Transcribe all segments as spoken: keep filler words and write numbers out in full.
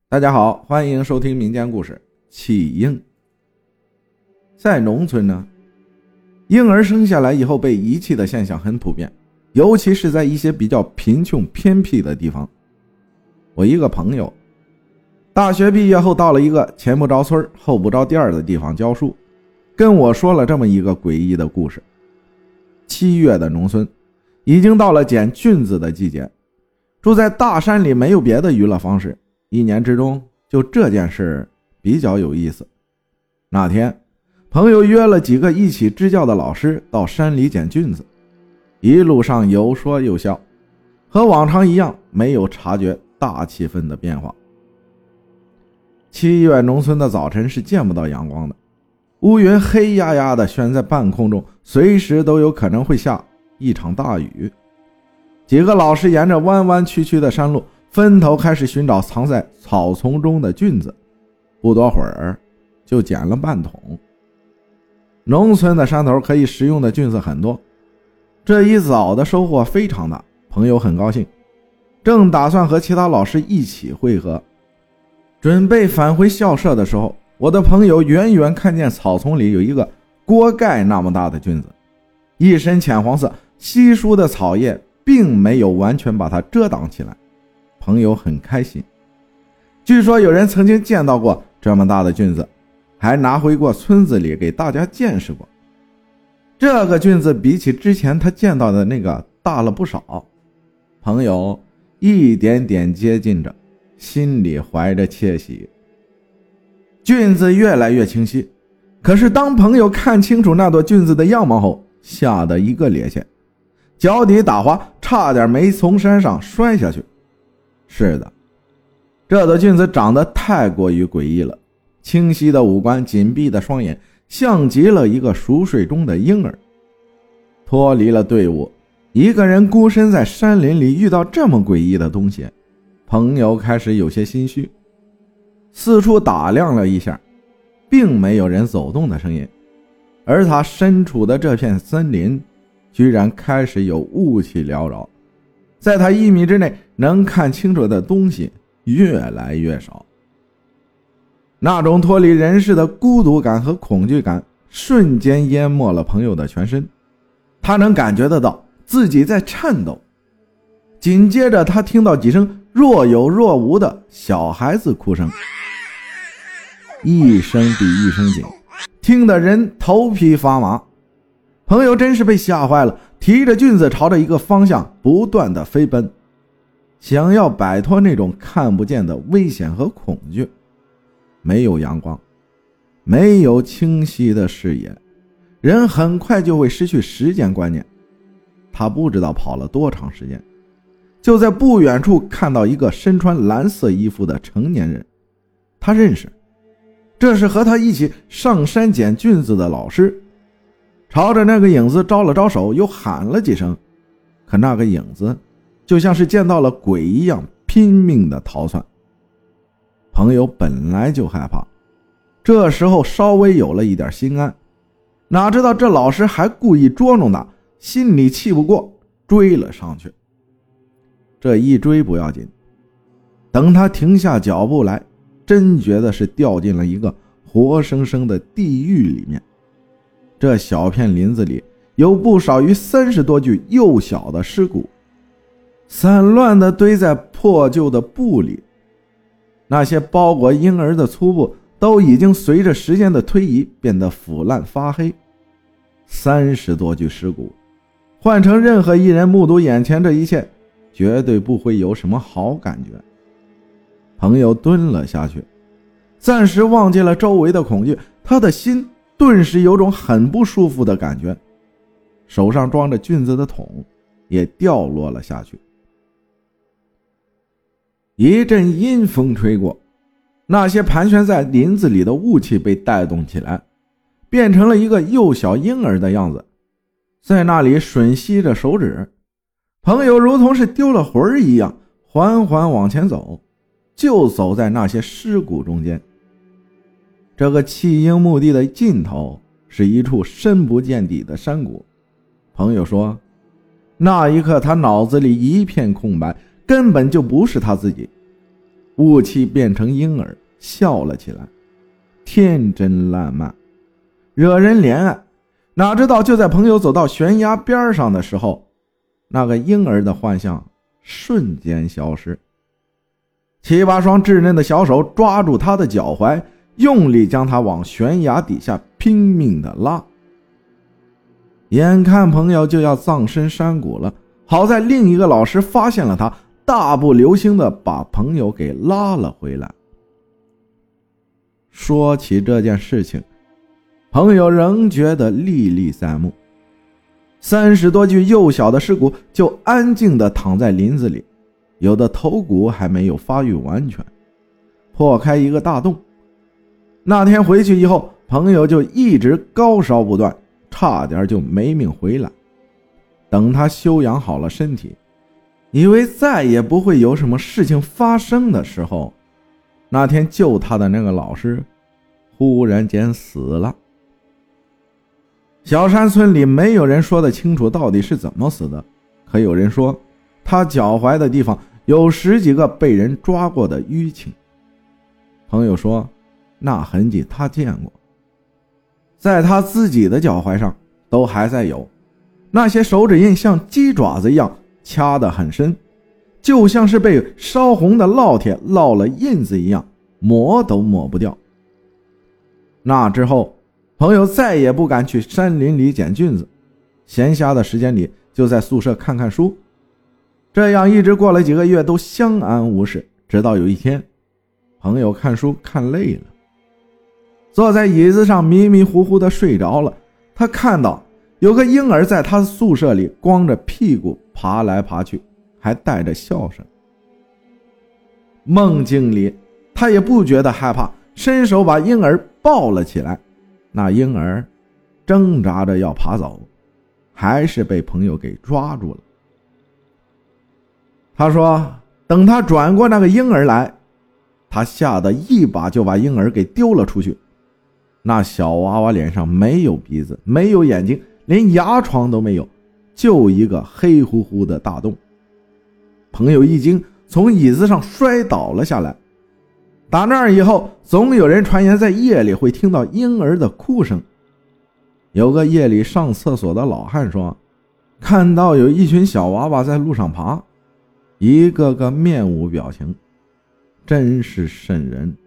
大家好，欢迎收听民间故事弃婴。在农村呢，婴儿生下来以后被遗弃的现象很普遍，尤其是在一些比较贫穷偏僻的地方。我一个朋友大学毕业后到了一个前不着村后不着店的地方教书，跟我说了这么一个诡异的故事。七月的农村已经到了捡菌子的季节，住在大山里没有别的娱乐方式，一年之中就这件事比较有意思。那天朋友约了几个一起支教的老师到山里捡菌子，一路上有说有笑，和往常一样没有察觉大气氛的变化。七月农村的早晨是见不到阳光的，乌云黑压压的悬在半空中，随时都有可能会下一场大雨。几个老师沿着弯弯曲曲的山路分头开始寻找藏在草丛中的菌子，不多会儿就捡了半桶。农村的山头可以食用的菌子很多，这一早的收获非常大，朋友很高兴，正打算和其他老师一起会合。准备返回校舍的时候，我的朋友远远看见草丛里有一个锅盖那么大的菌子，一身浅黄色，稀疏的草叶并没有完全把它遮挡起来。朋友很开心，据说有人曾经见到过这么大的菌子，还拿回过村子里给大家见识过。这个菌子比起之前他见到的那个大了不少，朋友一点点接近着，心里怀着窃喜。菌子越来越清晰，可是当朋友看清楚那朵菌子的样貌后，吓得一个趔趄，脚底打滑，差点没从山上摔下去。是的，这朵菌子长得太过于诡异了，清晰的五官，紧闭的双眼，像极了一个熟睡中的婴儿。脱离了队伍，一个人孤身在山林里遇到这么诡异的东西，朋友开始有些心虚，四处打量了一下，并没有人走动的声音，而他身处的这片森林居然开始有雾气缭绕，在他一米之内能看清楚的东西越来越少。那种脱离人世的孤独感和恐惧感瞬间淹没了朋友的全身，他能感觉得到自己在颤抖。紧接着他听到几声若有若无的小孩子哭声，一声比一声紧，听得人头皮发麻。朋友真是被吓坏了，提着菌子朝着一个方向不断的飞奔，想要摆脱那种看不见的危险和恐惧。没有阳光，没有清晰的视野，人很快就会失去时间观念。他不知道跑了多长时间，就在不远处看到一个身穿蓝色衣服的成年人，他认识，这是和他一起上山捡菌子的老师。朝着那个影子招了招手，又喊了几声，可那个影子就像是见到了鬼一样拼命的逃窜。朋友本来就害怕，这时候稍微有了一点心安，哪知道这老师还故意捉弄他，心里气不过，追了上去。这一追不要紧，等他停下脚步来，真觉得是掉进了一个活生生的地狱里面。这小片林子里有不少于三十多具幼小的尸骨，散乱地堆在破旧的布里，那些包裹婴儿的粗布都已经随着时间的推移变得腐烂发黑。三十多具尸骨，换成任何一人目睹眼前这一切，绝对不会有什么好感觉。朋友蹲了下去，暂时忘记了周围的恐惧，他的心顿时有种很不舒服的感觉，手上装着菌子的桶也掉落了下去。一阵阴风吹过，那些盘旋在林子里的雾气被带动起来，变成了一个幼小婴儿的样子，在那里吮吸着手指。朋友如同是丢了魂一样，缓缓往前走，就走在那些尸骨中间。这个弃婴墓地的尽头是一处深不见底的山谷。朋友说，那一刻他脑子里一片空白，根本就不是他自己。 雾气变成婴儿，笑了起来，天真烂漫，惹人怜爱。哪知道就在朋友走到悬崖边上的时候，那个婴儿的幻象瞬间消失。七八双稚嫩的小手抓住他的脚踝，用力将他往悬崖底下拼命的拉。眼看朋友就要葬身山谷了，好在另一个老师发现了他，大步流星的把朋友给拉了回来。说起这件事情，朋友仍觉得历历在目。三十多具幼小的尸骨就安静地躺在林子里，有的头骨还没有发育完全，破开一个大洞。那天回去以后，朋友就一直高烧不断，差点就没命回来。等他休养好了身体，以为再也不会有什么事情发生的时候，那天救他的那个老师忽然间死了。小山村里没有人说得清楚到底是怎么死的，可有人说他脚踝的地方有十几个被人抓过的淤青。朋友说那痕迹他见过，在他自己的脚踝上都还在有，那些手指印像鸡爪子一样掐得很深，就像是被烧红的烙铁烙了印子一样，抹都抹不掉。那之后朋友再也不敢去山林里捡菌子，闲暇的时间里就在宿舍看看书，这样一直过了几个月都相安无事。直到有一天，朋友看书看累了，坐在椅子上迷迷糊糊的睡着了。他看到有个婴儿在他宿舍里光着屁股爬来爬去，还带着笑声。梦境里他也不觉得害怕，伸手把婴儿抱了起来。那婴儿挣扎着要爬走，还是被朋友给抓住了。他说等他转过那个婴儿来，他吓得一把就把婴儿给丢了出去。那小娃娃脸上没有鼻子，没有眼睛，连牙床都没有，就一个黑乎乎的大洞。朋友一惊，从椅子上摔倒了下来。打那儿以后，总有人传言在夜里会听到婴儿的哭声。有个夜里上厕所的老汉说，看到有一群小娃娃在路上爬，一个个面无表情，真是瘆人。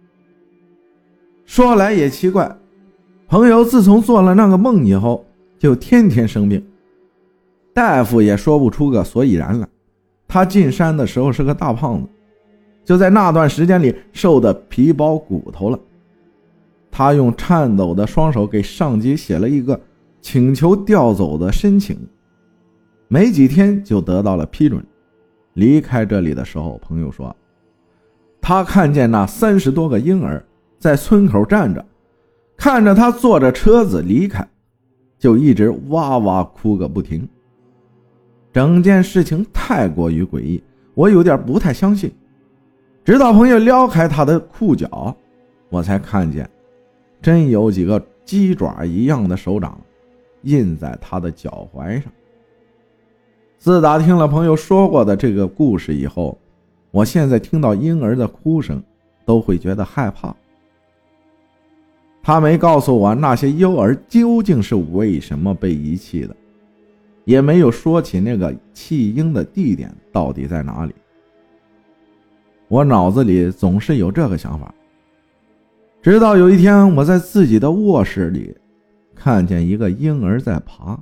说来也奇怪，朋友自从做了那个梦以后，就天天生病，大夫也说不出个所以然来。他进山的时候是个大胖子，就在那段时间里瘦得皮包骨头了。他用颤抖的双手给上级写了一个请求调走的申请，没几天就得到了批准。离开这里的时候，朋友说他看见那三十多个婴儿在村口站着，看着他坐着车子离开，就一直哇哇哭个不停。整件事情太过于诡异，我有点不太相信。直到朋友撩开他的裤脚，我才看见真有几个鸡爪一样的手掌印在他的脚踝上。自打听了朋友说过的这个故事以后，我现在听到婴儿的哭声都会觉得害怕。他没告诉我那些幼儿究竟是为什么被遗弃的，也没有说起那个弃婴的地点到底在哪里。我脑子里总是有这个想法，直到有一天我在自己的卧室里看见一个婴儿在爬。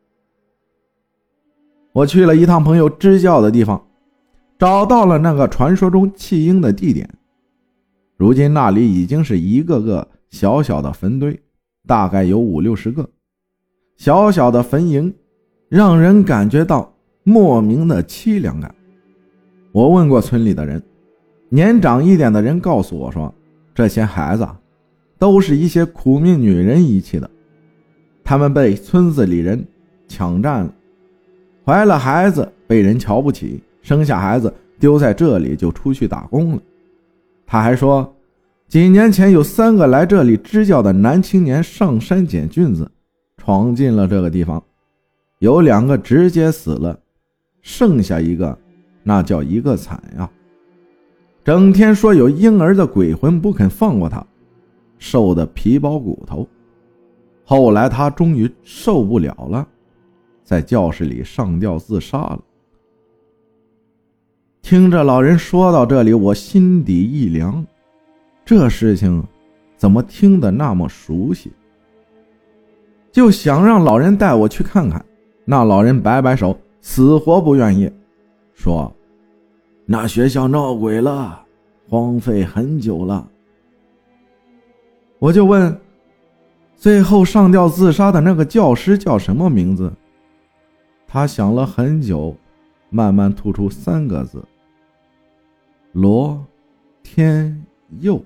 我去了一趟朋友支教的地方，找到了那个传说中弃婴的地点。如今那里已经是一个个小小的坟堆，大概有五六十个。小小的坟茔让人感觉到莫名的凄凉感。我问过村里的人，年长一点的人告诉我说，这些孩子都是一些苦命女人遗弃的，他们被村子里人抢占了，怀了孩子被人瞧不起，生下孩子丢在这里就出去打工了。他还说，几年前有三个来这里支教的男青年上山捡菌子，闯进了这个地方，有两个直接死了，剩下一个那叫一个惨呀。 整天说有婴儿的鬼魂不肯放过他，瘦得皮包骨头。后来他终于受不了了，在教室里上吊自杀了。听着老人说到这里，我心底一凉，这事情怎么听得那么熟悉？就想让老人带我去看看。那老人摆摆手，死活不愿意，说那学校闹鬼了，荒废很久了。我就问，最后上吊自杀的那个教师叫什么名字？他想了很久，慢慢吐出三个字：罗天佑。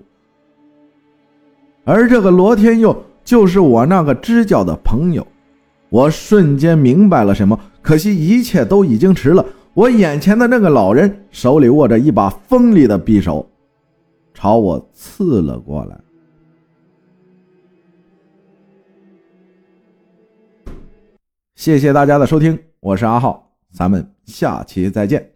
而这个罗天佑就是我那个支教的朋友。我瞬间明白了什么，可惜一切都已经迟了。我眼前的那个老人手里握着一把锋利的匕首，朝我刺了过来。谢谢大家的收听，我是阿浩，咱们下期再见。